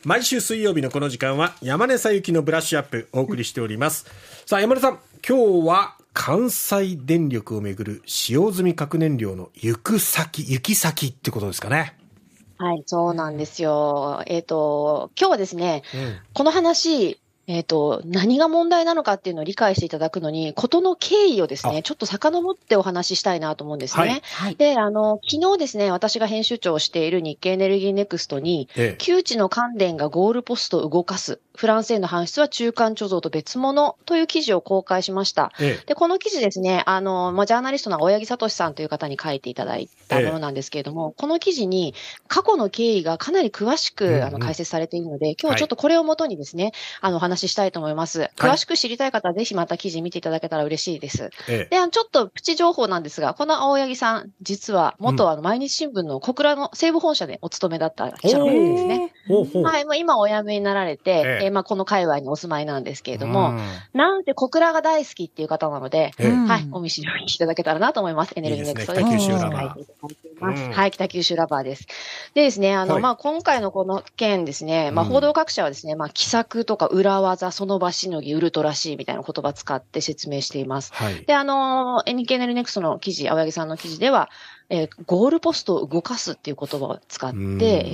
毎週水曜日のこの時間は山根さゆきのブラッシュアップお送りしております。さあ山根さん、今日は関西電力をめぐる使用済み核燃料の行き先ってことですかね。 はい、そうなんですよ。今日はですね、この話、何が問題なのかっていうのを理解していただくのに、事の経緯をですね、ちょっと遡ってお話ししたいなと思うんですね。はい、で、昨日ですね、私が編集長をしている日経エネルギーネクストに、旧知の関連がゴールポストを動かす。フランスへの搬出は中間貯蔵と別物という記事を公開しました。で、この記事ですね、ジャーナリストの青柳聡さんという方に書いていただいたものなんですけれども、この記事に過去の経緯がかなり詳しく解説されているので、今日ちょっとこれをもとにですね、お話ししたいと思います。詳しく知りたい方はぜひまた記事見ていただけたら嬉しいです。で、ちょっとプチ情報なんですが、この青柳さん、実は元毎日新聞の小倉の西部本社でお勤めだった記者の方ですね。はい、もう今お辞めになられて、この界隈にお住まいなんですけれども、なんて小倉が大好きっていう方なので、はい、お見知りおきいただけたらなと思います。エネルギーネクストで。 北九州ラバー。はい、北九州ラバーです。でですね、今回のこの件ですね、報道各社はですね、奇策とか裏技、その場しのぎ、ウルトラ C みたいな言葉を使って説明しています。で、日経エネルネクストの記事、青柳さんの記事では、ゴールポストを動かすっていう言葉を使って、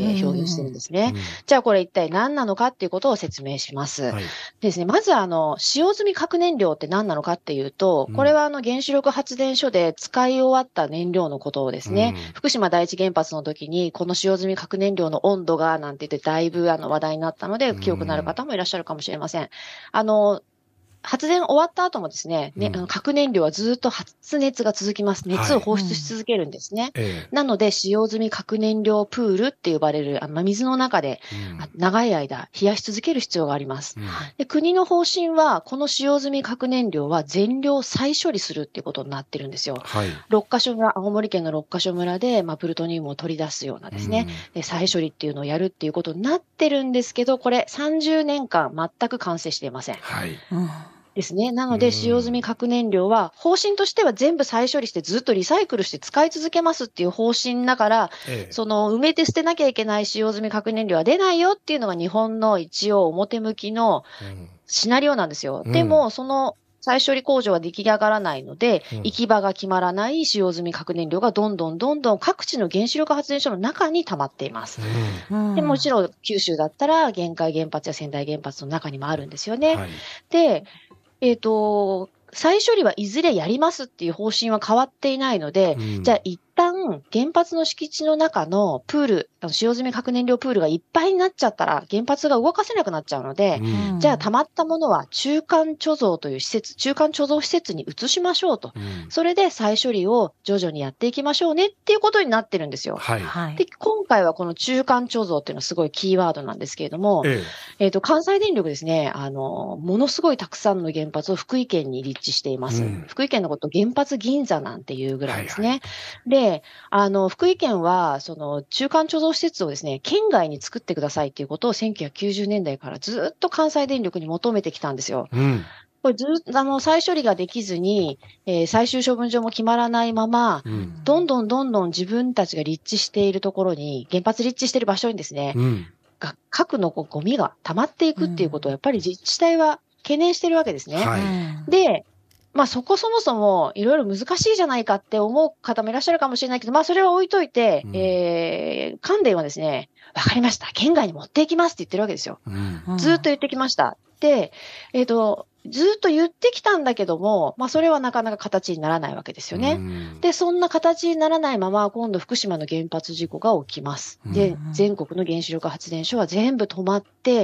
表現してるんですね。じゃあこれ一体何なのかっていうことを説明します。でですね、まず使用済み核燃料って何なのかっていうと、これは原子力発電所で使い終わった燃料のことをですね、福島第一原発の時にこの使用済み核燃料の温度がなんて言ってだいぶ話題になったので、記憶のある方もいらっしゃるかもしれません。発電終わった後もですね、核燃料はずっと発熱が続きます。熱を放出し続けるんですね。なので、使用済み核燃料プールって呼ばれる水の中で長い間冷やし続ける必要があります。で、国の方針は、この使用済み核燃料は全量再処理するっていうことになってるんですよ。6カ所村、青森県の6カ所村で、プルトニウムを取り出すようなですね、再処理っていうのをやるっていうことになってるんですけど、これ30年間全く完成していません。ですね。なので、使用済み核燃料は、方針としては全部再処理してずっとリサイクルして使い続けますっていう方針だから、埋めて捨てなきゃいけない使用済み核燃料は出ないよっていうのが日本の一応表向きのシナリオなんですよ。でも、その再処理工場は出来上がらないので、行き場が決まらない使用済み核燃料がどんどん各地の原子力発電所の中に溜まっています。でもちろん、九州だったら、玄海原発や仙台原発の中にもあるんですよね。で、再処理はいずれやりますっていう方針は変わっていないので、じゃあ一旦原発の敷地の中のプール、使用済み核燃料プールがいっぱいになっちゃったら原発が動かせなくなっちゃうので、じゃあ溜まったものは中間貯蔵という施設、中間貯蔵施設に移しましょうと。それで再処理を徐々にやっていきましょうねっていうことになってるんですよ。で、今回はこの中間貯蔵っていうのはすごいキーワードなんですけれども、関西電力ですね、ものすごいたくさんの原発を福井県に立地しています。福井県のこと原発銀座なんていうぐらいですね。で、福井県は、その中間貯蔵施設をですね、県外に作ってくださいっていうことを1990年代からずっと関西電力に求めてきたんですよ。これずっと再処理ができずに、最終処分場も決まらないまま、どんどん自分たちが立地しているところに、原発立地している場所にですね、核のゴミが溜まっていくっていうことをやっぱり自治体は懸念してるわけですね。で、そこそもそもいろいろ難しいじゃないかって思う方もいらっしゃるかもしれないけど、それは置いといて、関電はですね、わかりました。県外に持っていきますって言ってるわけですよ。ずっと言ってきました。で、ずっと言ってきたんだけども、それはなかなか形にならないわけですよね。で、そんな形にならないまま、今度福島の原発事故が起きます。で、全国の原子力発電所は全部止まって、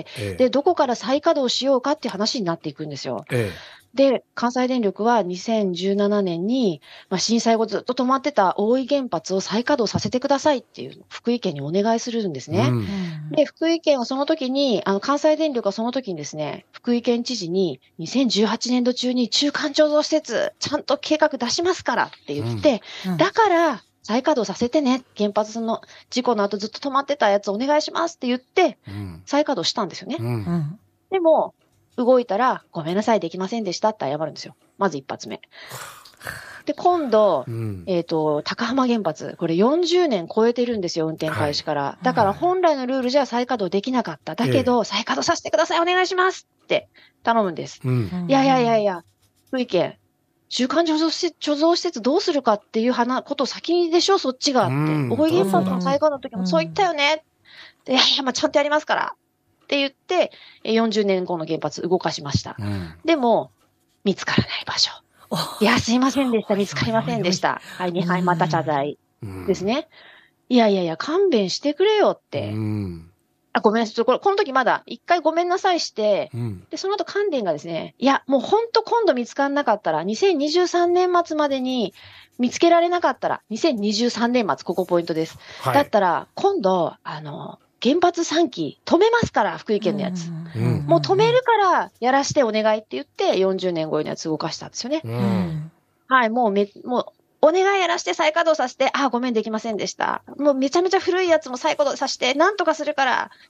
で、どこから再稼働しようかっていう話になっていくんですよ。で、関西電力は2017年に、震災後ずっと止まってた大井原発を再稼働させてくださいっていう福井県にお願いするんですね。で、福井県はその時に、関西電力はその時にですね、福井県知事に2018年度中に中間貯蔵施設、ちゃんと計画出しますからって言って、だから、再稼働させてね。原発の事故の後ずっと止まってたやつお願いしますって言って、再稼働したんですよね。でも、動いたら、ごめんなさい、できませんでしたって謝るんですよ。まず一発目。 で、今度、 うん高浜原発、これ40年超えてるんですよ、運転開始から。だから本来のルールじゃ再稼働できなかった。だけど、再稼働させてください、お願いしますって頼むんです。 うんいや、福井県、中間貯蔵施設どうするかっていうことを先にでしょ、そっちがって。大井原発の再稼働の時もそう言ったよね。いや、まあちゃんとやりますから。って言って、40年後の原発動かしました。でも、見つからない場所。いや、すいませんでした。見つかりませんでした。はい、はい、また謝罪ですね。いや、勘弁してくれよって。ごめんなさい。この時まだ一回ごめんなさいして、で、その後関電がですね、いや、もう本当今度見つからなかったら、2023年末までに見つけられなかったら、2023年末、ここポイントです。だったら、今度、原発3基止めますから、福井県のやつ。もう止めるからやらしてお願いって言って、40年後のやつ動かしたんですよね。はい、もうお願いやらして再稼働させて、ごめんできませんでした。もうめちゃめちゃ古いやつも再稼働させて、なんとかするから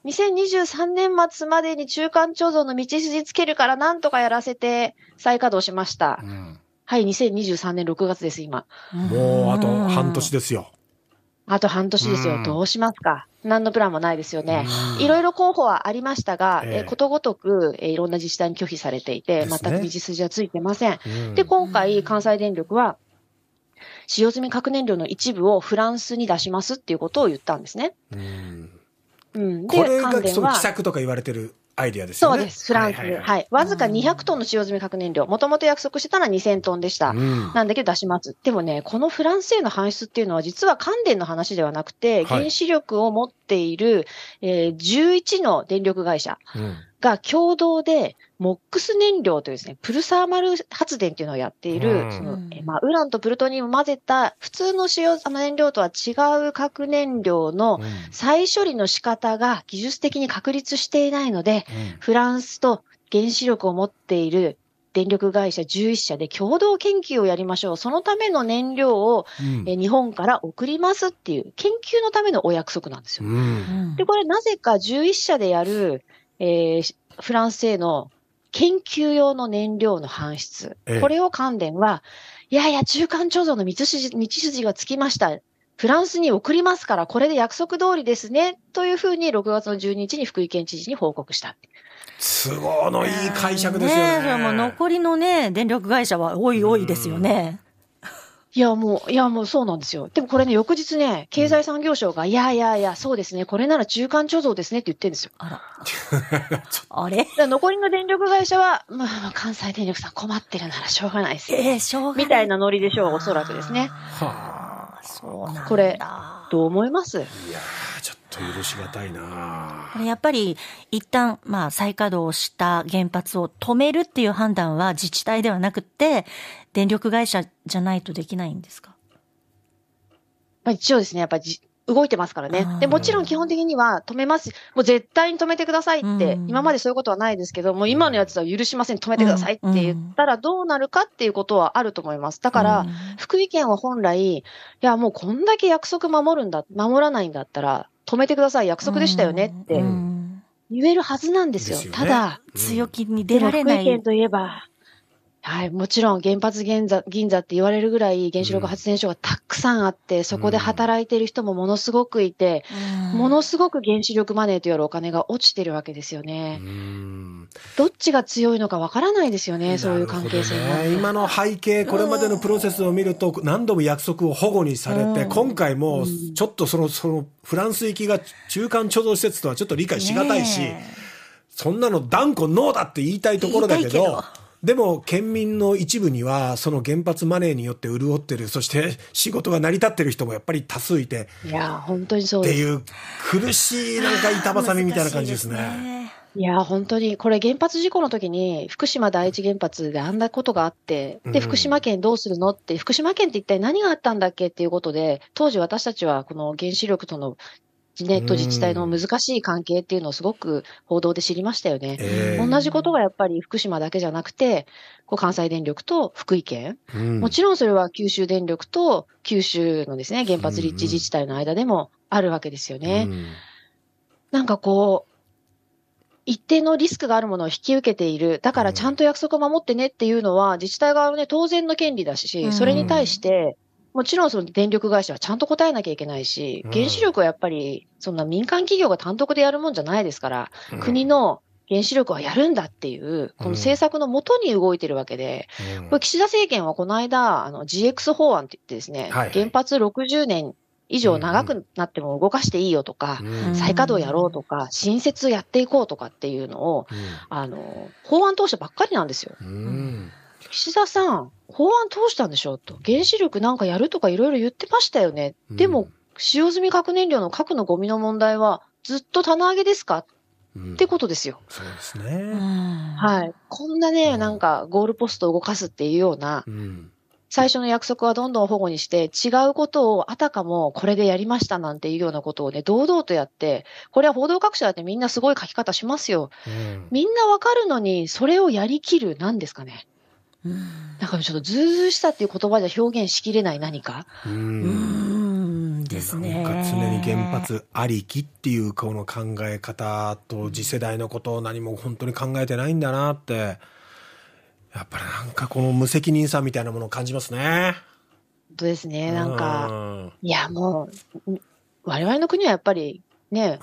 、2023年末までに中間貯蔵の道筋つけるからなんとかやらせて再稼働しました。はい、2023年6月です、今。 もうあと半年ですよ。 あと半年ですよ。どうしますか。何のプランもないですよね。いろいろ候補はありましたが、ことごとく、いろんな自治体に拒否されていて、全く道筋はついてません。で、今回、関西電力は、使用済み核燃料の一部をフランスに出しますっていうことを言ったんですね。 で、これがその奇策とか言われてるアイディアですよね。 そうです。フランス。はい。わずか200トンの使用済み核燃料。もともと約束してたのは2000トンでした。なんだけど出します。でもね、このフランスへの搬出っていうのは実は関電の話ではなくて、原子力を持っている、11の電力会社が共同で、モックス燃料というですね、プルサーマル発電っていうのをやっている、ウランとプルトニウムを混ぜた普通の燃料とは違う核燃料の再処理の仕方が技術的に確立していないので、フランスと原子力を持っている電力会社11社で共同研究をやりましょう。そのための燃料を、日本から送りますっていう研究のためのお約束なんですよ。で、これなぜか11社でやる、フランスへの研究用の燃料の搬出。これを関電は、いや、中間貯蔵の道筋がつきました。フランスに送りますから、これで約束通りですね。というふうに6月の12日に福井県知事に報告した。 都合のいい解釈ですよね。 もう残りのね、電力会社はおいですよね。 いや、もうそうなんですよ。でもこれね、翌日ね、経済産業省が、いや、そうですね、これなら中間貯蔵ですねって言ってるんですよ。 あれ残りの電力会社は、関西電力さん困ってるならしょうがないですよ。 しょうがない。 みたいなノリでしょう、おそらくですね。 そうなんだ。 これ、どう思います？ いやー、ちょっと許しがたいな。 これやっぱり一旦再稼働した原発を止めるっていう判断は自治体ではなくて電力会社じゃないとできないんですか？ 一応ですね、やっぱり動いてますからね。で、もちろん基本的には止めます。もう絶対に止めてくださいって、今までそういうことはないですけど、もう今のやつは許しません、止めてくださいって言ったらどうなるかっていうことはあると思います。だから、福井県は本来、いや、もうこんだけ約束守らないんだったら、止めてください、約束でしたよねって言えるはずなんですよ。ただ、 強気に出られない。 福井県といえば、はい、もちろん原発銀座って言われるぐらい原子力発電所がたくさんあって、そこで働いている人もものすごくいて、ものすごく原子力マネーというお金が落ちてるわけですよね。どっちが強いのかわからないですよね、そういう関係性が。 今の背景、これまでのプロセスを見ると、何度も約束を反故にされて、今回もちょっとそのフランス行きが中間貯蔵施設とはちょっと理解しがたいし、そんなの断固ノーだって言いたいところだけど、でも県民の一部にはその原発マネーによって潤ってる、そして仕事が成り立ってる人もやっぱり多数いて、 いや本当にそうですっていう苦しいなんか板挟みみたいな感じですね。 いや本当にこれ原発事故の時に福島第一原発であんなことがあって、で福島県どうするのって、福島県って一体何があったんだっけっていうことで、当時私たちはこの原子力との自治体の難しい関係っていうのをすごく報道で知りましたよね。同じことがやっぱり福島だけじゃなくて、関西電力と福井県、もちろんそれは九州電力と九州のですね、原発立地自治体の間でもあるわけですよね。なんか一定のリスクがあるものを引き受けている。だからちゃんと約束を守ってねっていうのは、自治体側のね、当然の権利だし、それに対して、もちろんその電力会社はちゃんと答えなきゃいけないし、原子力はやっぱり、そんな民間企業が単独でやるもんじゃないですから、国の原子力はやるんだっていう、この政策のもとに動いてるわけで、これ岸田政権はこの間、GX 法案って言ってですね、原発60年以上長くなっても動かしていいよとか、再稼働やろうとか、新設やっていこうとかっていうのを、法案通したばっかりなんですよ。岸田さん、法案通したんでしょと。原子力なんかやるとかいろいろ言ってましたよね。でも、使用済み核燃料の核のゴミの問題はずっと棚上げですかってことですよ。 そうですね。 はい。こんなね、なんかゴールポストを動かすっていうような、最初の約束はどんどん保護にして、違うことをあたかもこれでやりましたなんていうようなことをね、堂々とやって、これは報道各社だってみんなすごい書き方しますよ。みんなわかるのに、それをやりきる、なんですかね。なんかちょっとずうずうしさっていう言葉じゃ表現しきれない何か。 ですね。 なんか常に原発ありきっていうこの考え方と次世代のことを何も本当に考えてないんだなって、やっぱりなんかこの無責任さみたいなものを感じますね。 本当ですね。なんか、いやもう、我々の国はやっぱりね、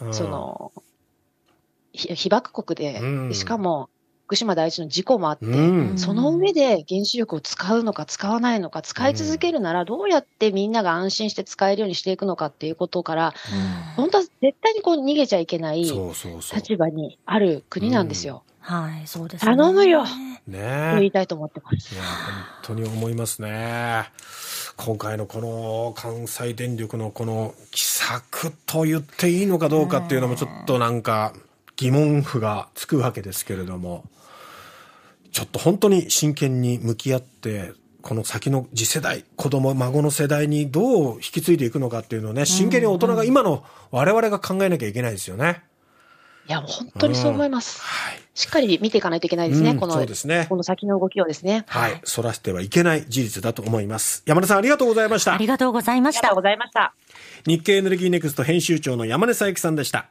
被爆国で、しかも、福島第一の事故もあって、その上で原子力を使うのか使わないのか、使い続けるならどうやってみんなが安心して使えるようにしていくのかっていうことから、本当は絶対にこう逃げちゃいけない立場にある国なんですよ。 はい、そうですね。 頼むよ、 ね、 と言いたいと思ってます。 いや、本当に思いますね。今回のこの関西電力のこの奇策と言っていいのかどうかっていうのもちょっとなんか疑問符がつくわけですけれども、ちょっと本当に真剣に向き合ってこの先の次世代、子供孫の世代にどう引き継いでいくのかっていうのをね、真剣に大人が今の我々が考えなきゃいけないですよね。 いやもう本当にそう思います、はい、しっかり見ていかないといけないですね、 そうですね、 この先の動きをですね、 はい、そらしてはいけない事実だと思います。山根さんありがとうございました。 ありがとうございました。 ありがとうございました。 日経エネルギーネクスト編集長の山根佐伯さんでした。